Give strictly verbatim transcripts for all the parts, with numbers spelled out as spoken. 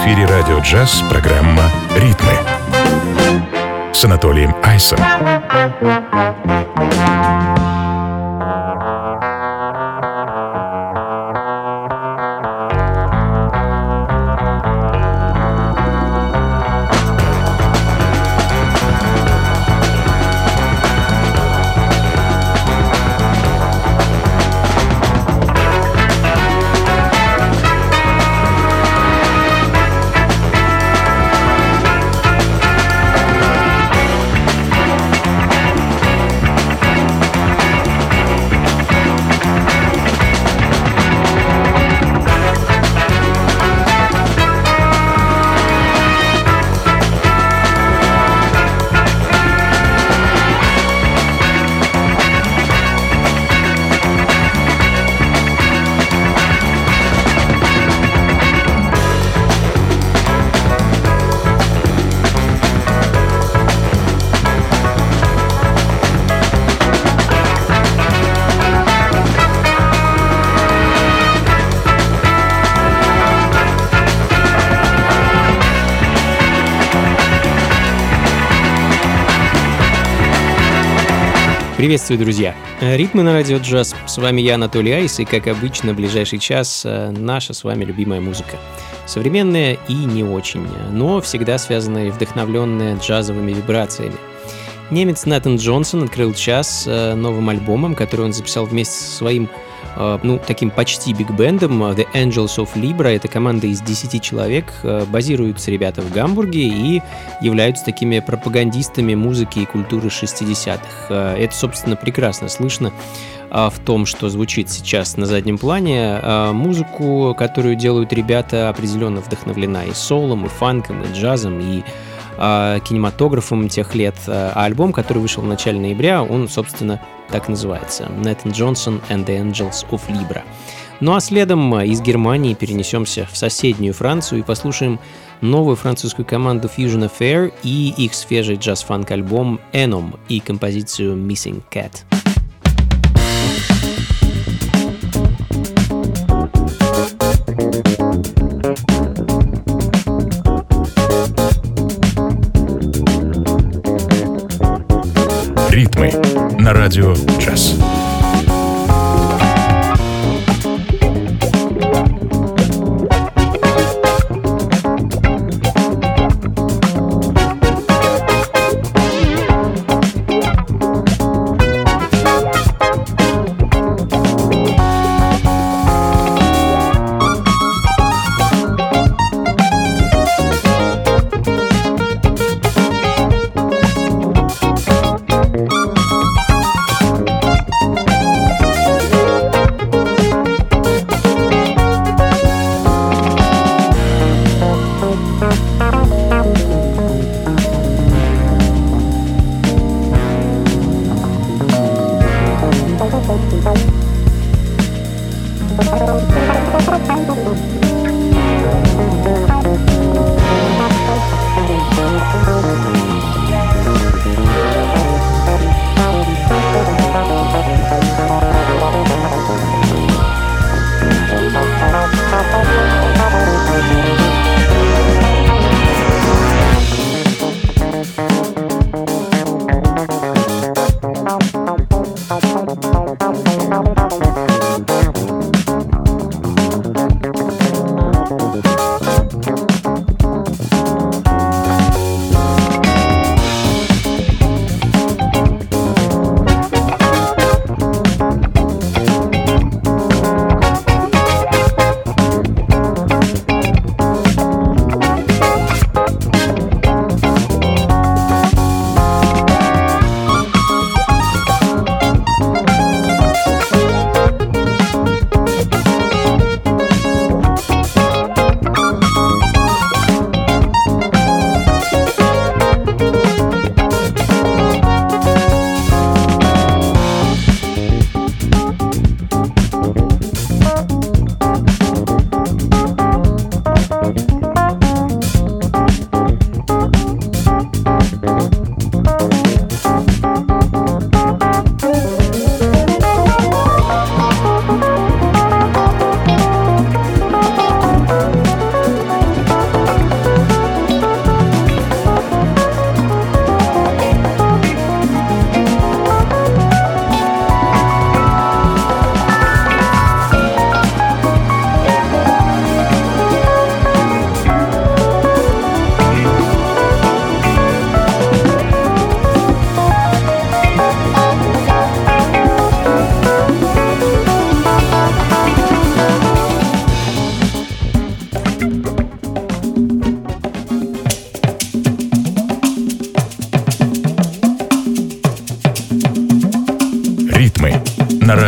эфире радио «Джаз» программа «Ритмы» с Анатолием Айсом. Приветствую, друзья! Ритмы на радио «Джаз». С вами я, Анатолий Айс, и, как обычно, в ближайший час наша с вами любимая музыка. Современная и не очень, но всегда связанная и вдохновленная джазовыми вибрациями. Немец Натан Джонсон открыл час новым альбомом, который он записал вместе со своим, ну, таким почти биг-бендом The Angels of Libra. Это команда из десяти человек, базируются ребята в Гамбурге и являются такими пропагандистами музыки и культуры шестидесятых. Это, собственно, прекрасно слышно в том, что звучит сейчас на заднем плане. Музыку, которую делают ребята, определенно вдохновлена и соулом, и фанком, и джазом, и кинематографом тех лет. А альбом, который вышел в начале ноября, он, собственно, так называется: Натан Джонсон and the Angels of Libra. Ну а следом из Германии перенесемся в соседнюю Францию и послушаем новую французскую команду Fusion Affair и их свежий джаз-фанк-альбом Enom и композицию Missing Cat. Ритмы на радио «Джаз».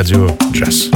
радио «Джаз».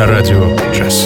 на радио джаз.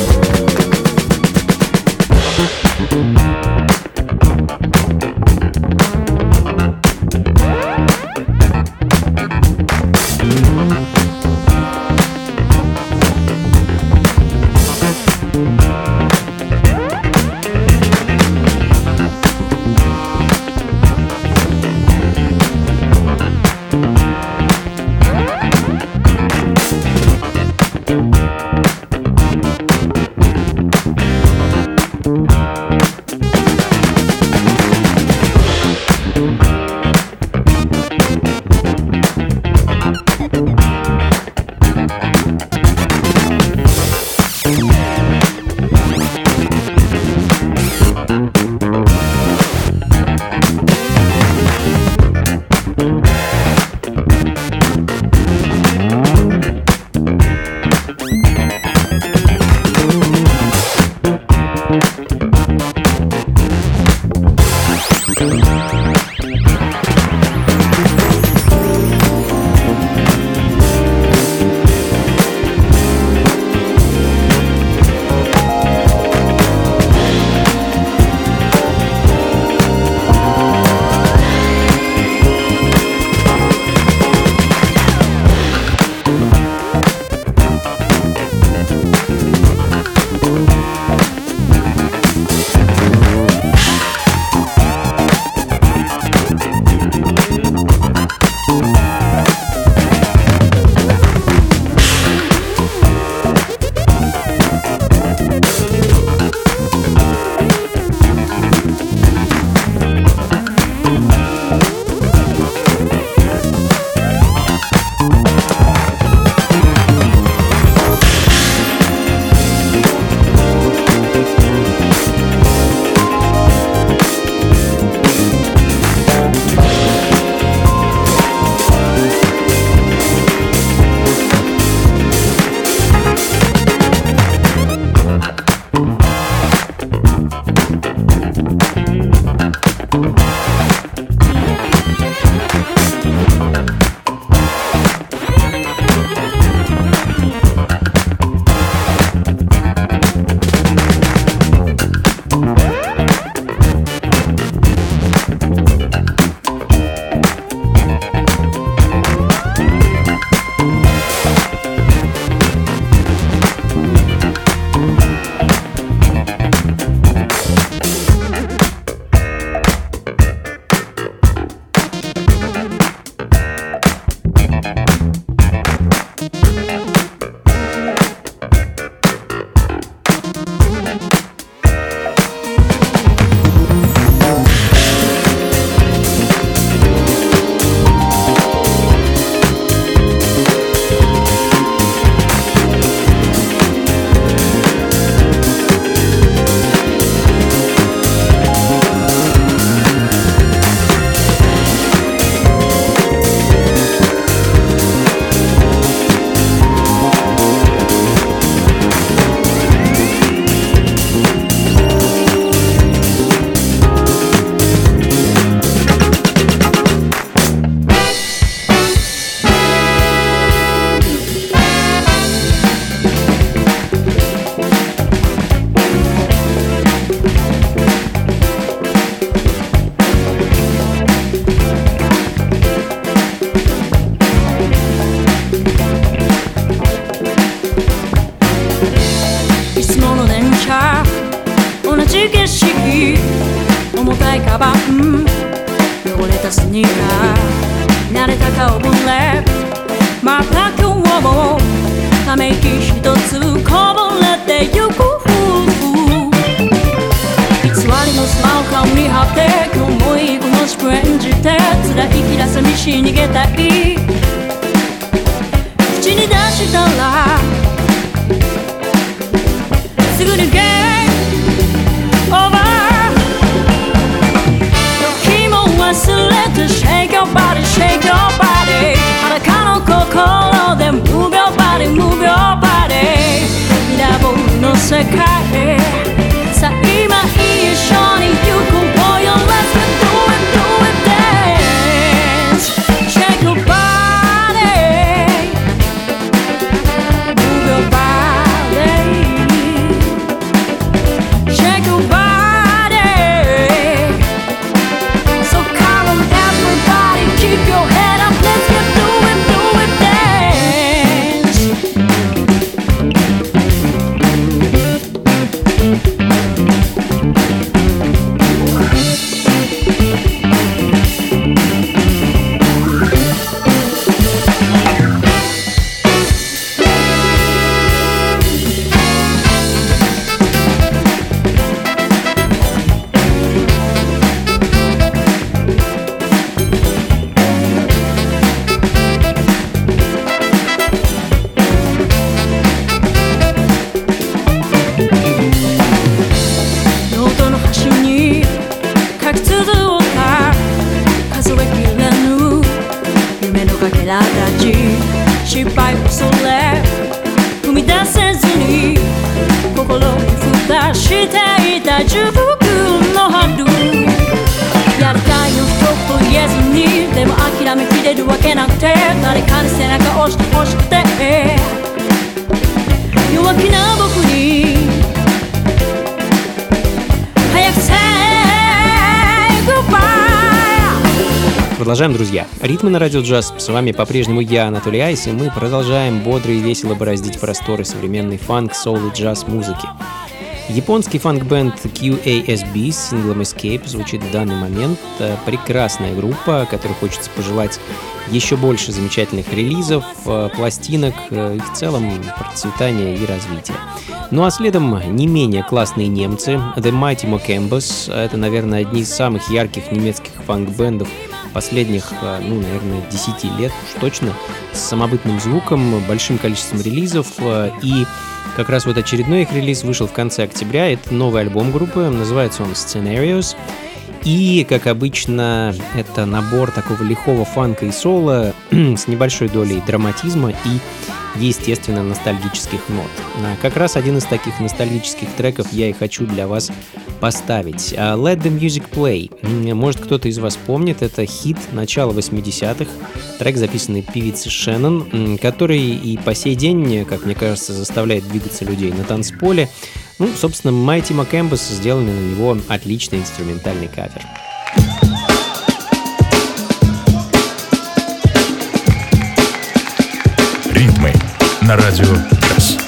Shake your body. かけら立ち失敗こそれ踏み出せずに心蓋していた重複の春やりたいの一言言えずにでも諦めきれるわけなくて誰かに背中押して押して弱気な僕に早く say goodbye. Продолжаем, друзья. Ритмы на радио джаз. С вами по-прежнему я, Анатолий Айс, и мы продолжаем бодро и весело бороздить просторы современной фанк, соул и джаз музыки. Японский фанк-бенд кью эй эс би с синглом Escape звучит в данный момент. Прекрасная группа, которой хочется пожелать еще больше замечательных релизов, пластинок и в целом процветания и развития. Ну а следом не менее классные немцы The Mighty Mokambos. Это, наверное, одни из самых ярких немецких фанк-бендов последних, ну, наверное, десяти лет уж точно, с самобытным звуком, большим количеством релизов, и как раз вот очередной их релиз вышел в конце октября. Это новый альбом группы, называется он Scenarios. И, как обычно, это набор такого лихого фанка и соло с небольшой долей драматизма и, естественно, ностальгических нот. Как раз один из таких ностальгических треков я и хочу для вас поставить. Let the Music Play. Может, кто-то из вас помнит, это хит начала восьмидесятых, трек, записанный певицей Шеннон, который и по сей день, как мне кажется, заставляет двигаться людей на танцполе. Ну, собственно, Mighty Mokambos сделали на него отличный инструментальный кавер. Ритмы на радио джаз.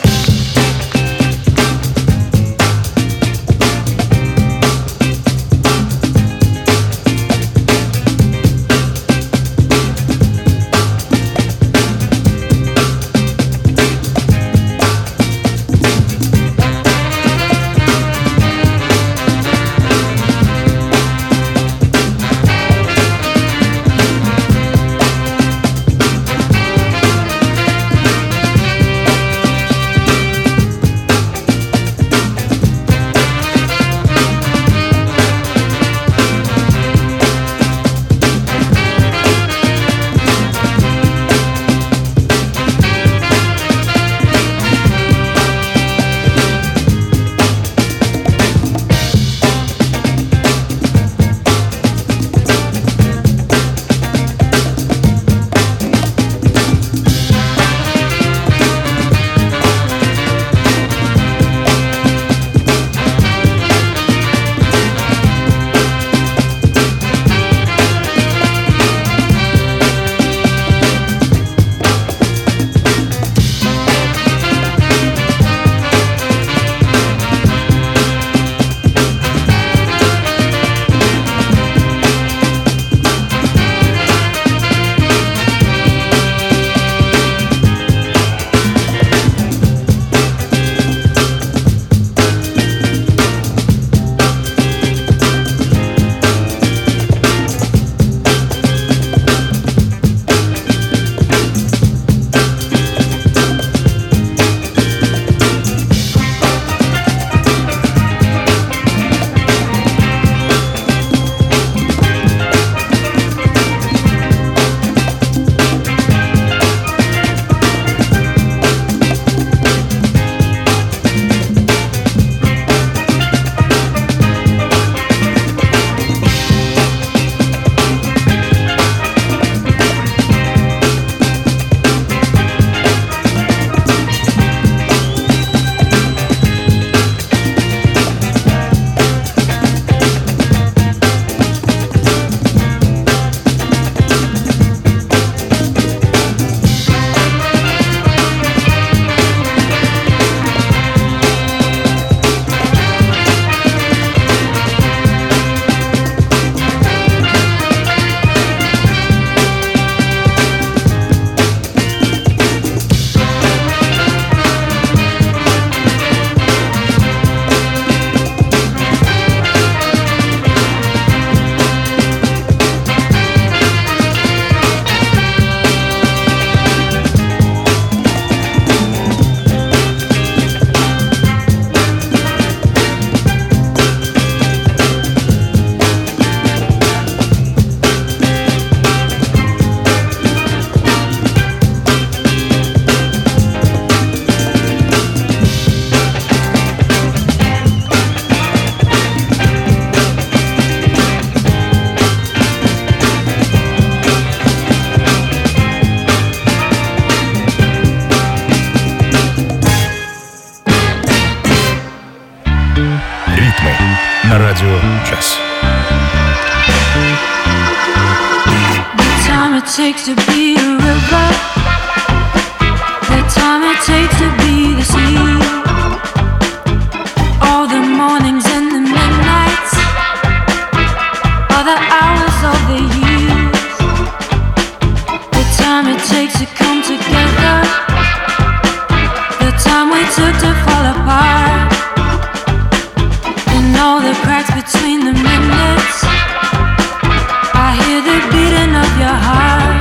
takes to be a river, the time it takes to be the sea. All the mornings and the midnights, all the hours of the years, the time it takes to come together, the time we took to fall apart, and all the cracks between the minutes. I hear the beating of your heart,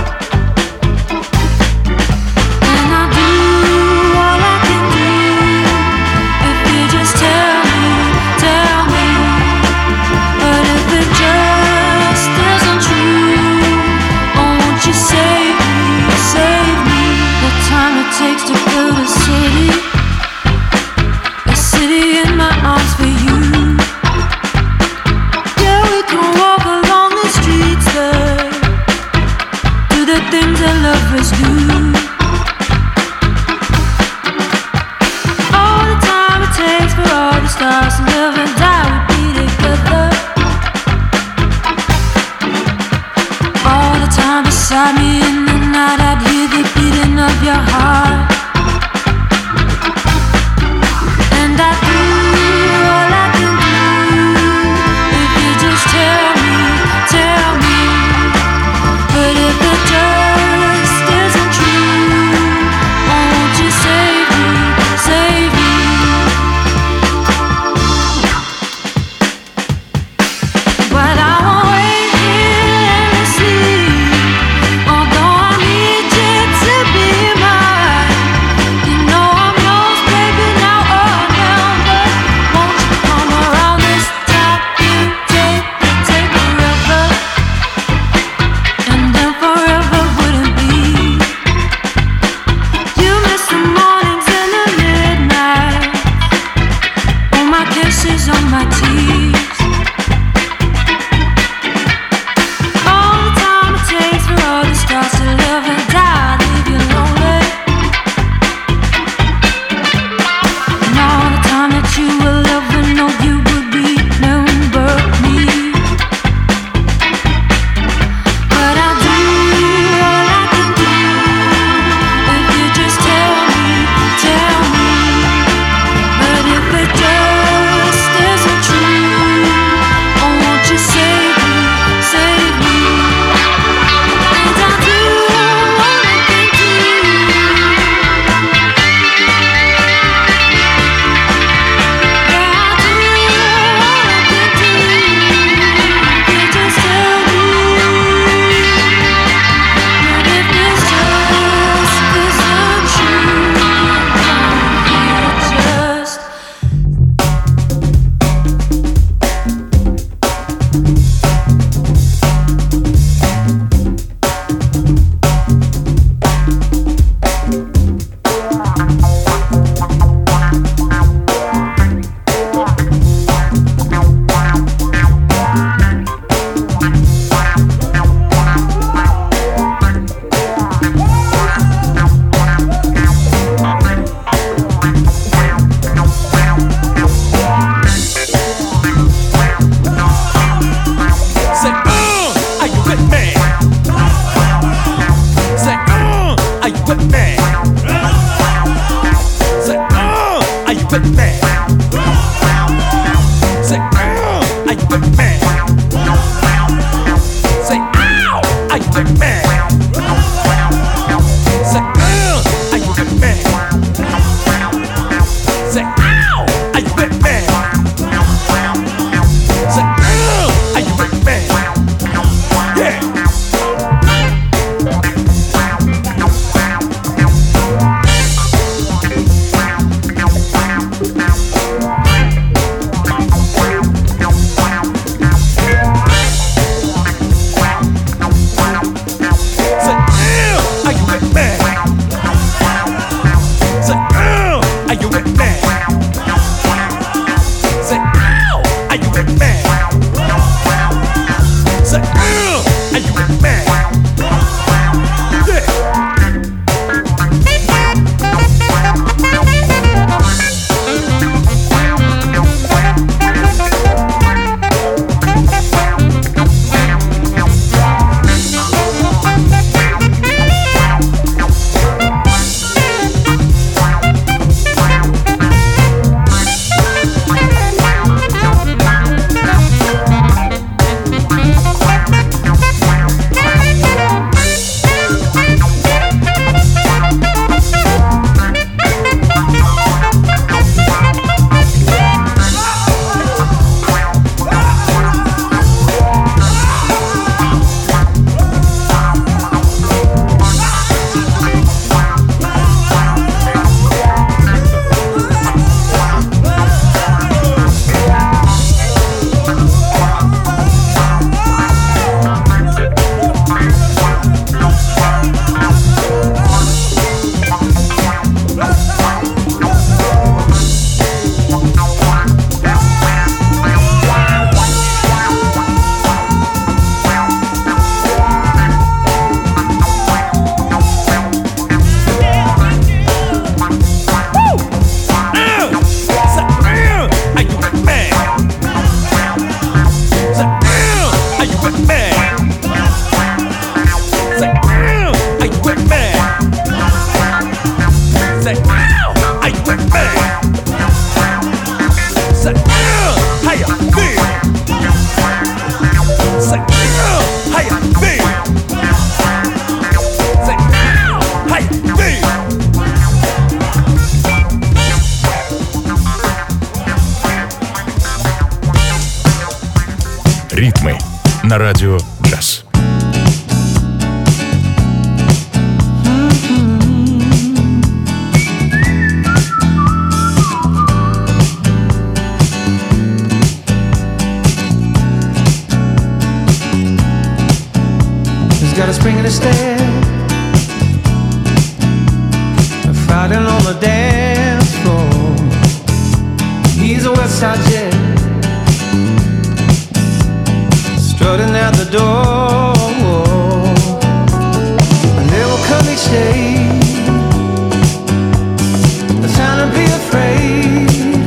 and I do all I can do. If you just tell me, tell me. But if it just isn't true, oh, won't you save me, save me? The time it takes to build a city, a city in my arms for you. Yeah, we can walk along the streets there, do the things that lovers do. All the time it takes for all the stars to live and die, we be together. All the time beside me in the night, I'd hear the beating of your heart, and I do all I can do. If you just tell me, tell me. But if it just isn't true, oh, won't you save me, save me? But I won't wait here endlessly, although I need you to be mine. You know I'm yours, baby, now or never. Won't you come around this time? You take, you take forever, and then forever wouldn't be. You miss the mornings and the midnights, all my kisses on my teeth. All the time it takes for all the stars to live and die, leave you lonely. And all the time that you will ever know you would remember me. But I'll do all I can do. If you just tell me, tell me. But if it just isn't true, oh, won't you save me, save me? And I'll do all I can do. Yeah, I'll do all I can do. If you just tell me. But if this just isn't true, Say, uh, are you with me? Say, uh, are you with me? Say, uh, are you with me? Say, uh, are you with me? Say, ow, are you with me? Say, uh, are you with me? Say, ow, are you with me? Say, uh, are you with me? Yeah. Say, на радио «Джаз». Got a spring in his step, fighting on the dance floor. He's a West Side jet, strutting out the door. And there will come each day the time to be afraid,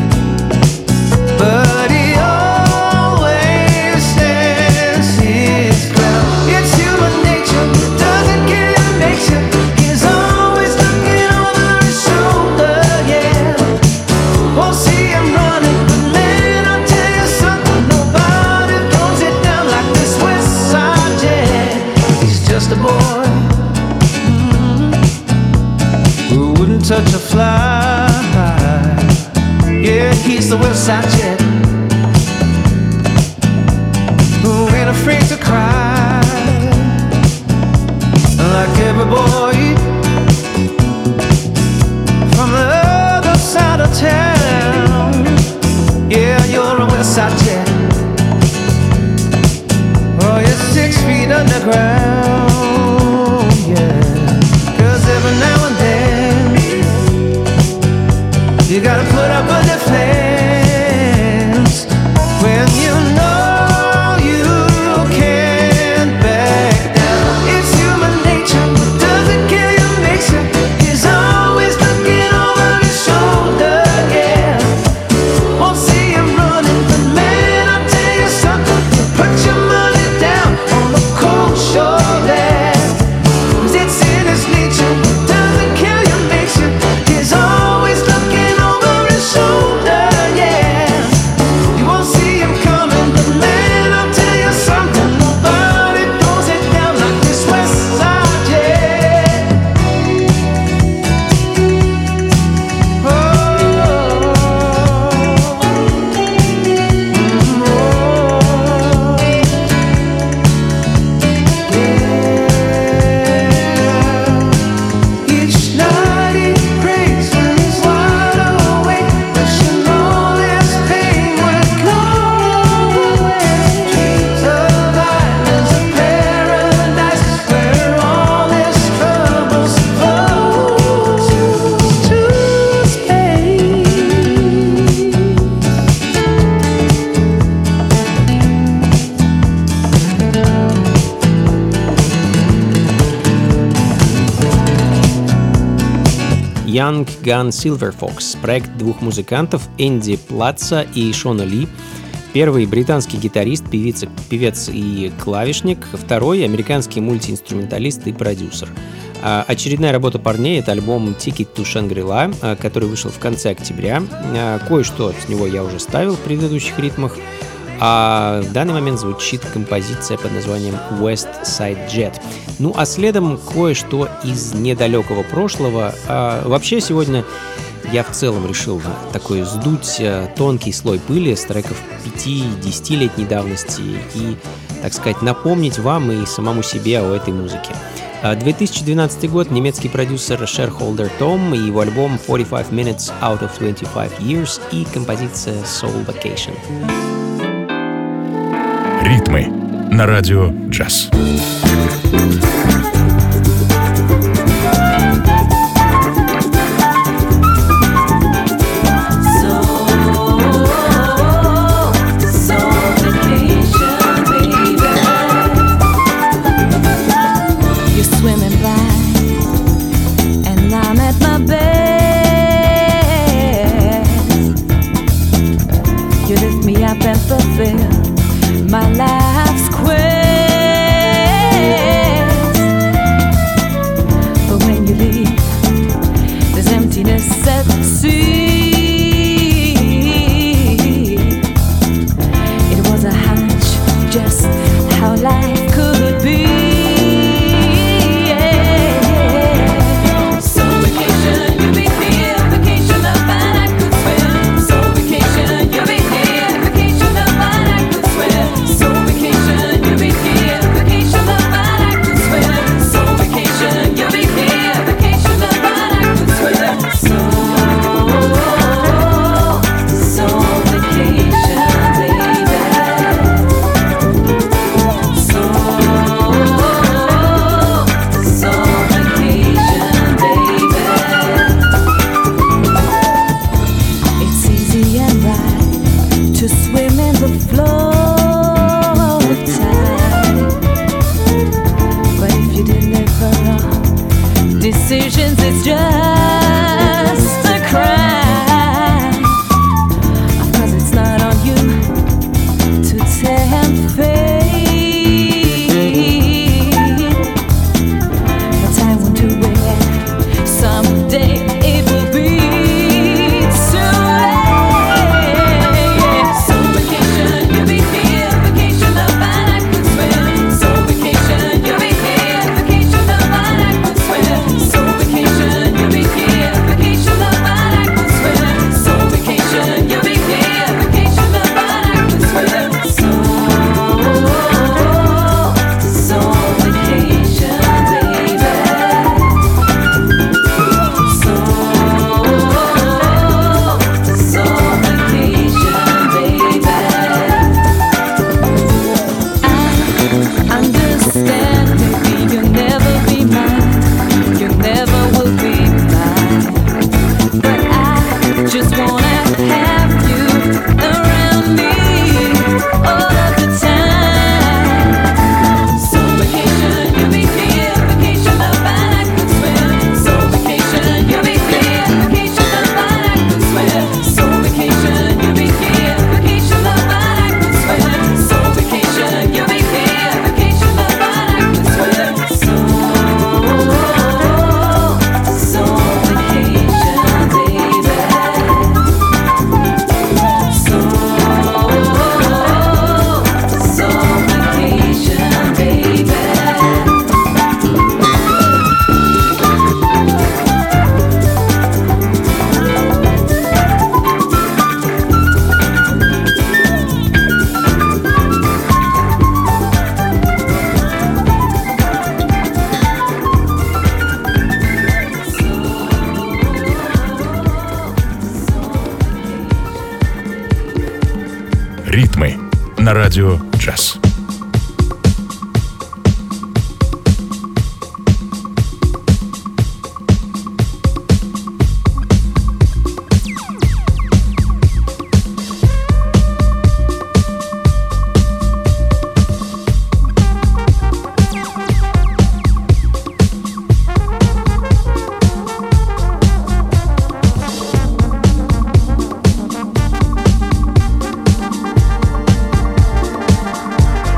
but he always stands his ground. It's human nature, doesn't care who makes you. He's always looking over his shoulder, yeah. Won't see him running, but man, I'll tell you something, nobody throws it down like this West Side jet. He's just a boy, mm-hmm, who wouldn't touch a fly. Yeah, he's the West Side jet, who ain't afraid to cry, like every boy from the other side of town. Yeah, you're a West Side jet. Oh, you're six feet underground. Yeah, 'cause every now and then you gotta put up a defense when you know you can't back down. It's human nature, doesn't care who makes you. He's always looking over his shoulder, yeah. Won't see him running, but man, I'll tell you something, put your money down on the cold shoulder. 'Cause it's in his nature, doesn't care who makes you. He's always looking over his shoulder, yeah. You won't see him coming, but man, I'll tell you something, nobody throws it down like this West Side jet. Oh, oh, yeah. Each night he prays when he's wide awake, wishing all his pain would go away. Dreams of islands of paradise where all his troubles flow to space. Young Gun Silver Fox – проект двух музыкантов Энди Платца и Шона Ли. Первый – британский гитарист, певица, певец и клавишник. Второй – американский мультиинструменталист и продюсер. А очередная работа парней – это альбом Ticket to Shangri-La, а, который вышел в конце октября. А, кое-что с него я уже ставил в предыдущих ритмах. А в данный момент звучит композиция под названием West Side Jet. Ну а следом кое-что из недалекого прошлого. А вообще сегодня я в целом решил такой сдуть тонкий слой пыли с треков пяти-десятилетней давности и, так сказать, напомнить вам и самому себе о этой музыке. две тысячи двенадцатый год, немецкий продюсер Shareholder Tom и его альбом forty-five minutes out of twenty-five years и композиция Soul Vacation. Ритмы на радио «Джаз». My life's quest, but when you leave, there's emptiness at sea. It was a hunch, just how life could be. Yeah. your decisions, it's just a crime. Of course it's not on you to tempt fate, but I wonder when someday it will be too late. So vacation, you'll be here, vacation of mine I could swim. So vacation, you'll be here, vacation of mine I could swim. So vacation, you'll be here, vacation of mine I could swim. So vacation, you'll be here, vacation of mine I could swim. So, so vacation, baby. So, so vacation, baby. I understand, maybe you'll never be mine, you never will be mine, but I just wanna have you around me all of the time. So vacation, you'll be here, vacation of mine I could swim. So vacation, you'll be here, vacation of mine I could swim. So vacation, you'll be here, vacation of mine I could swim. So vacation, you'll be here, vacation of mine I could swim. So, so vacation, baby. So, so vacation, baby. Ритмы на радио джаз. So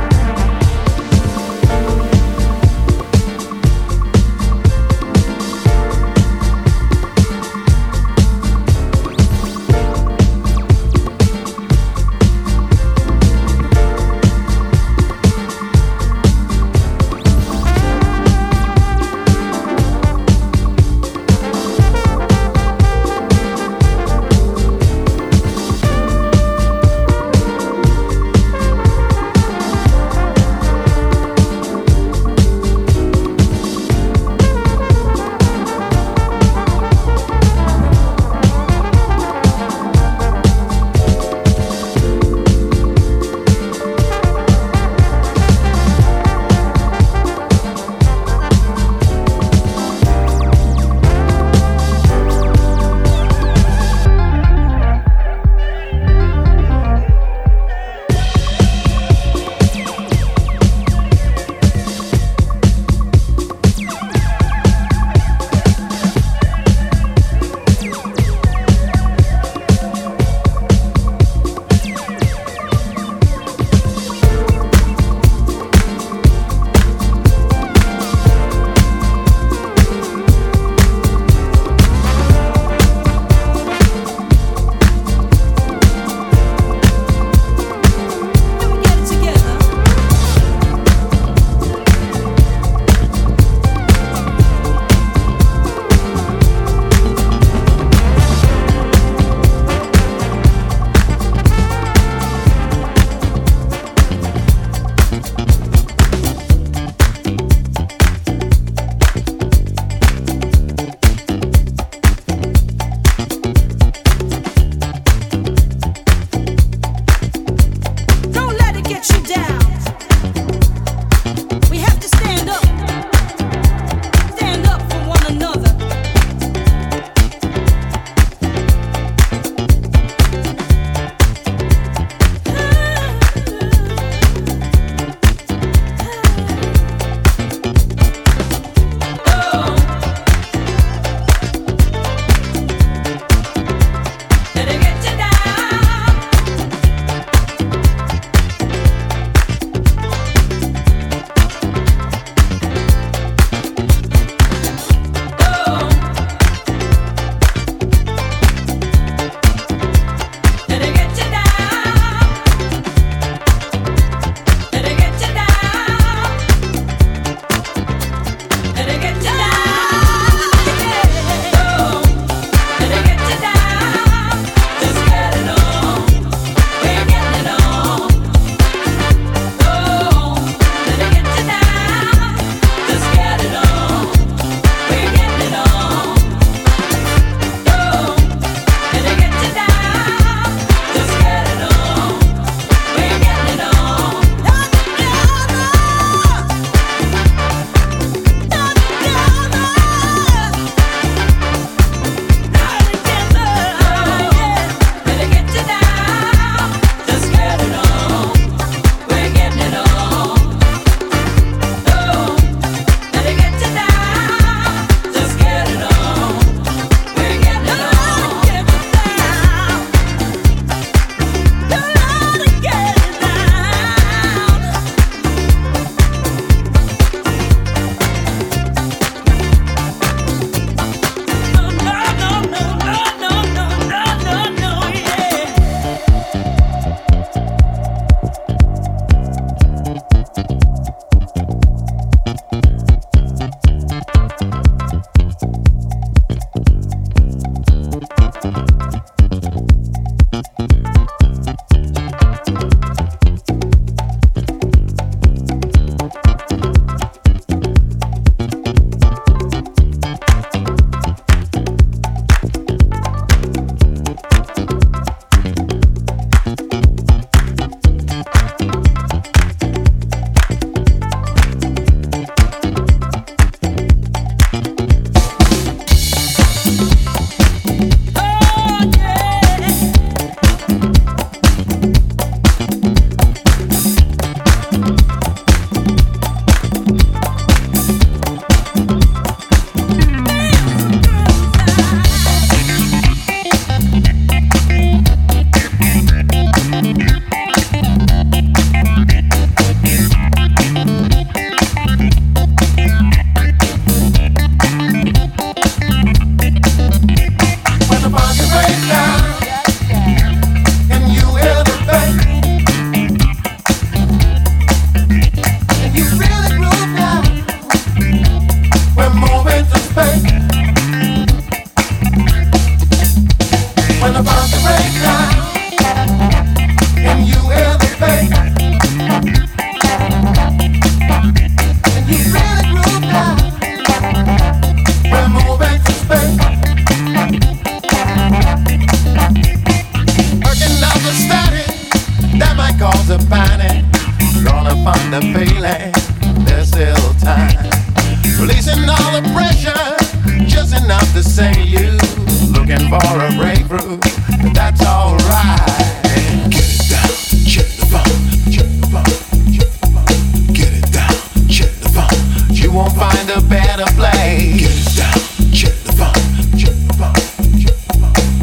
the pressure, just enough to send you looking for a breakthrough. That's alright. Get it down, check the phone, check the phone, check the phone. Get it down, check the phone. You won't find a better place. Get it down, check the phone, check the phone, check the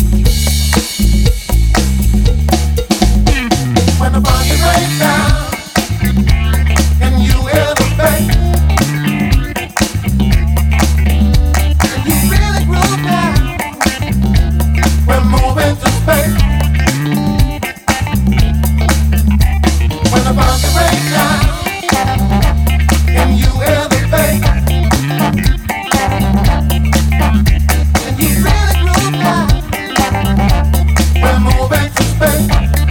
phone. When the body breaks down and you hear the bass, and you really groove now, we're moving to space. When the body breaks down and you hear the bass, and you really groove now, we're moving to space.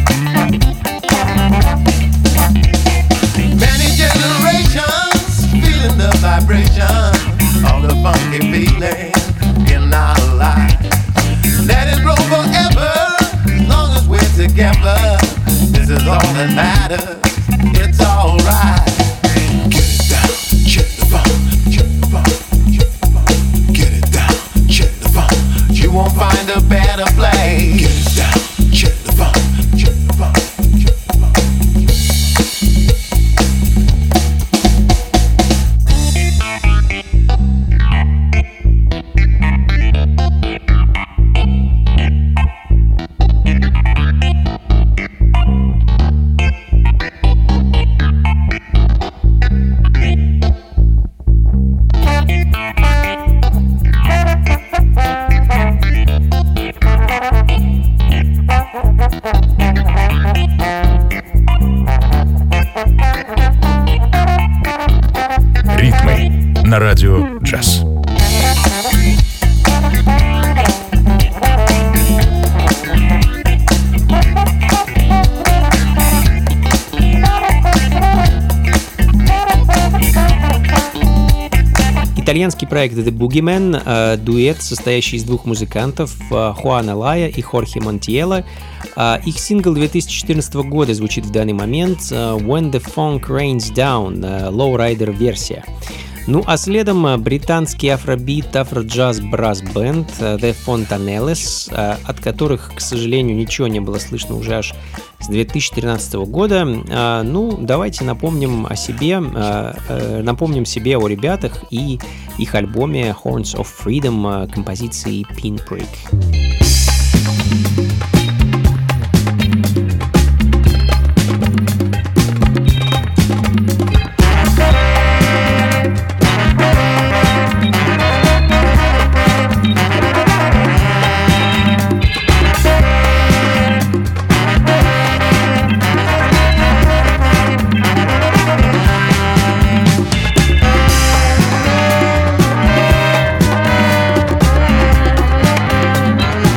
Many generations feeling the vibration of the funky feeling in our lives. Let it grow forever, as long as we're together. This is all that matters. It's alright. Get it down, check the phone, check the phone, check the phone. Get it down, check the phone. You won't find a better place. Get it down, check the phone, check the phone, check the phone. Ритмы на радио джаз. Итальянский проект The Boogeyman, э, дуэт, состоящий из двух музыкантов, э, Хуана Лая и Хорхе Монтьелло. Э, их сингл две тысячи четырнадцатого года звучит в данный момент э, When the Funk Rains Down, э, лоурайдер версия. Ну а следом э, британский афробит, афроджаз брас-бенд э, The Fontanelles, э, от которых, к сожалению, ничего не было слышно уже аж с две тысячи тринадцатого года. Э, ну, давайте напомним о себе, э, э, напомним себе о ребятах и их альбоме Horns of Freedom э, композиции Pinprick. When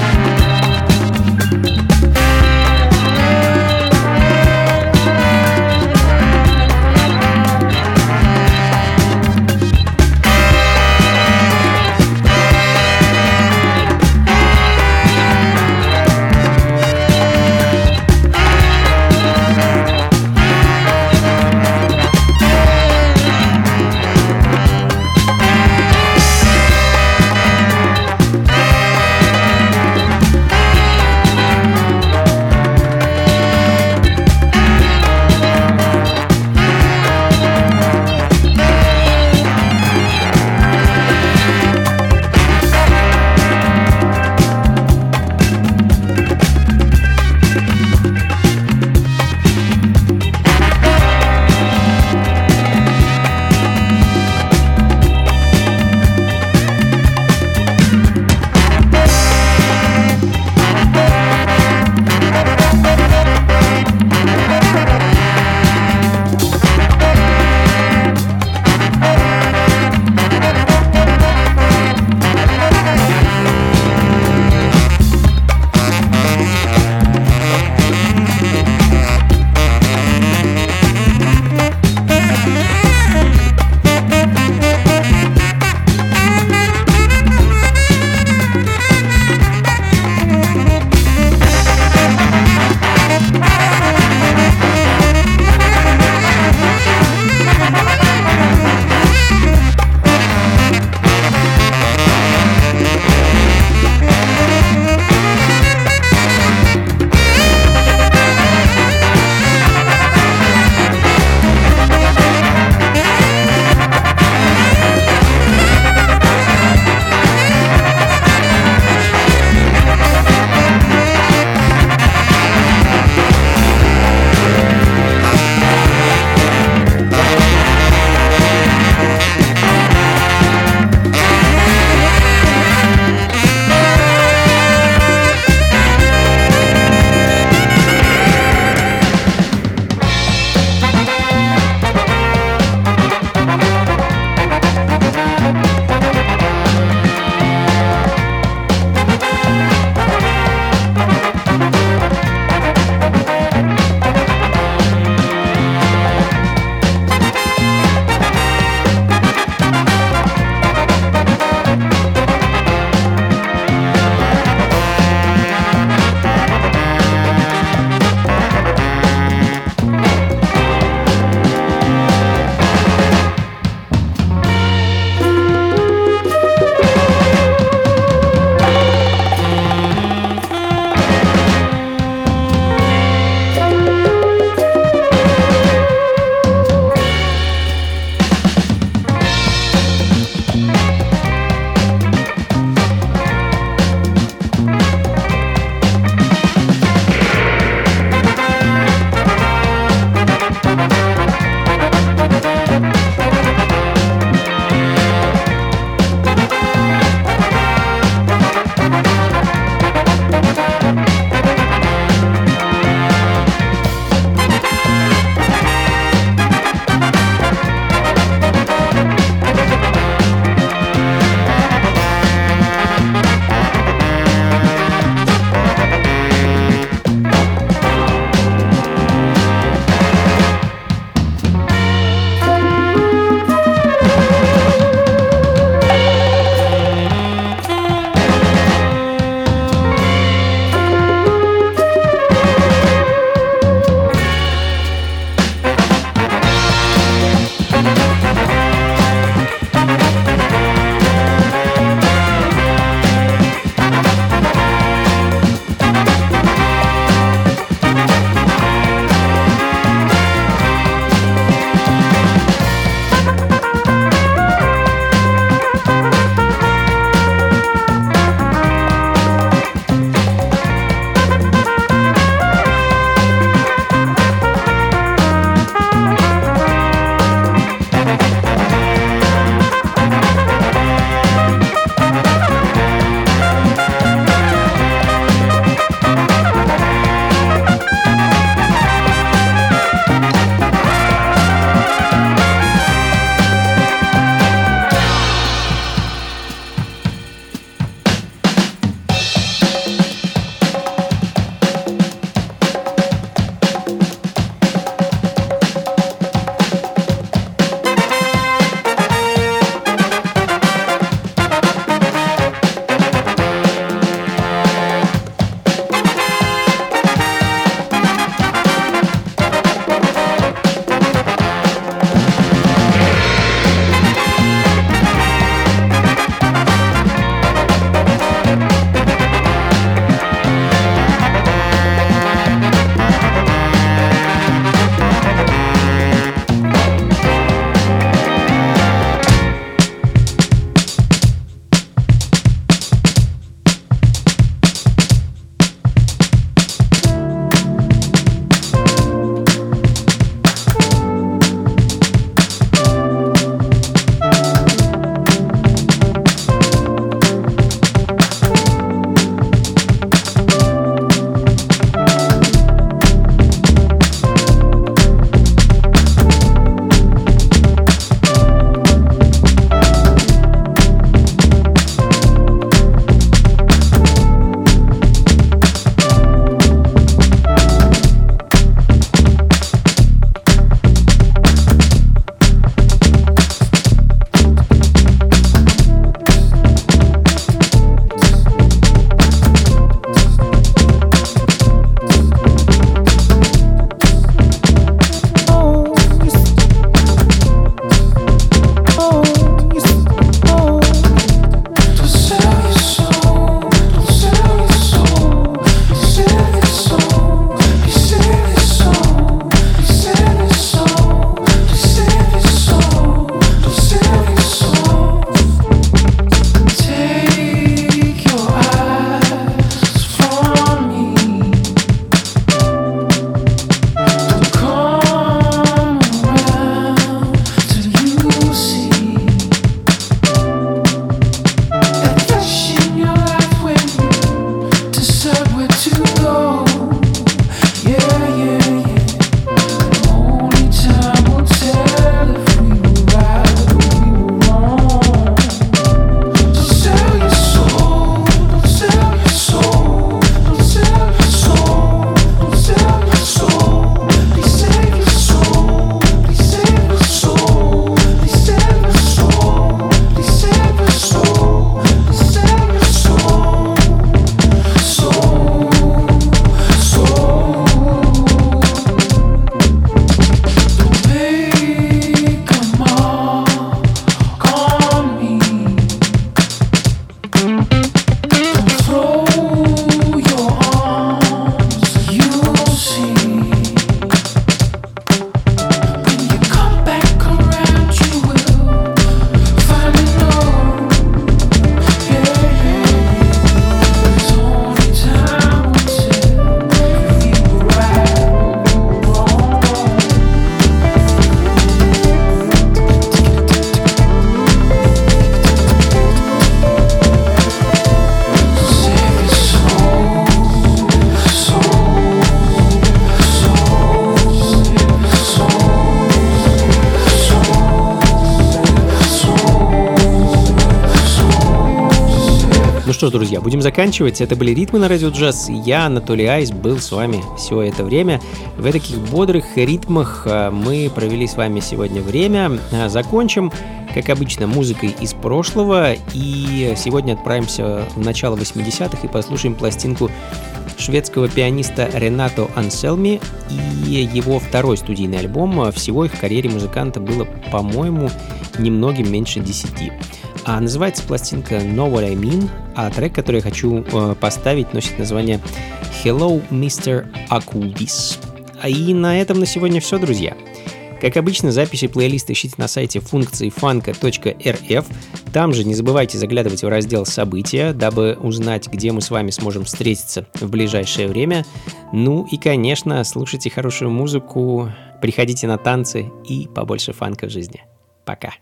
Ну что ж, друзья, будем заканчивать. Это были «Ритмы на радио джаз». Я, Анатолий Айс, был с вами все это время. В таких бодрых ритмах мы провели с вами сегодня время. Закончим, как обычно, музыкой из прошлого. И сегодня отправимся в начало восьмидесятых и послушаем пластинку шведского пианиста Ренато Анселми и его второй студийный альбом. Всего их в карьере музыканта было, по-моему, немногим меньше десяти. А называется пластинка Know What I Mean, а трек, который я хочу э, поставить, носит название Hello, мистер Акубис. И на этом на сегодня все, друзья. Как обычно, записи плейлиста ищите на сайте функции фанка точка эр эф. Там же не забывайте заглядывать в раздел «События», дабы узнать, где мы с вами сможем встретиться в ближайшее время. Ну и, конечно, слушайте хорошую музыку, приходите на танцы и побольше фанка в жизни. Пока.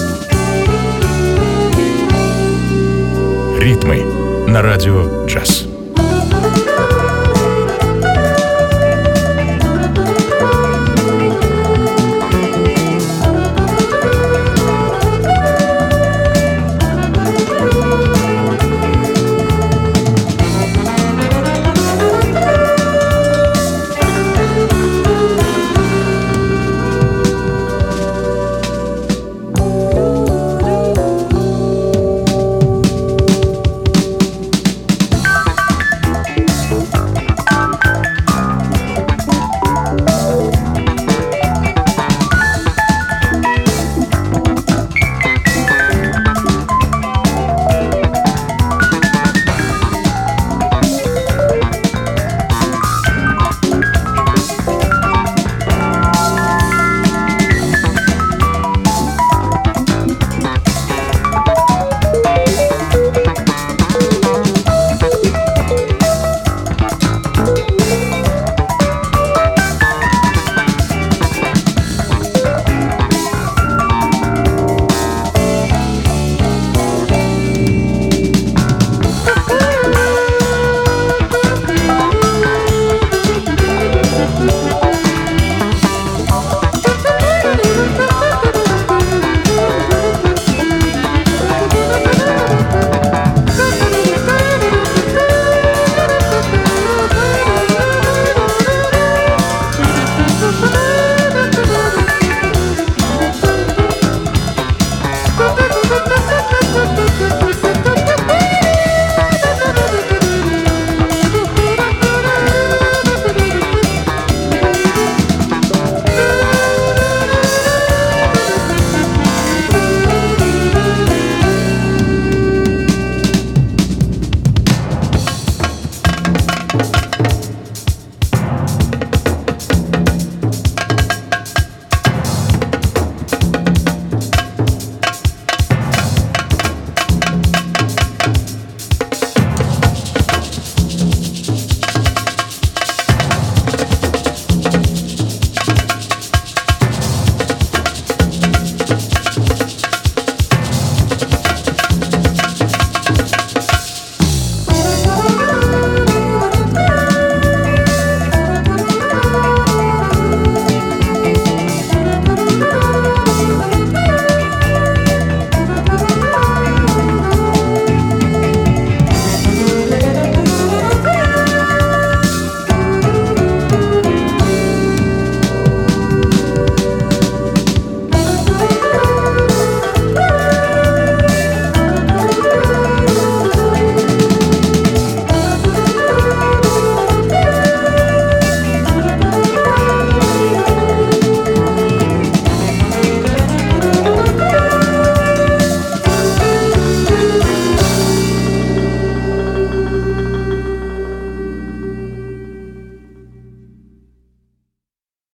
Ритмы на радио джаз.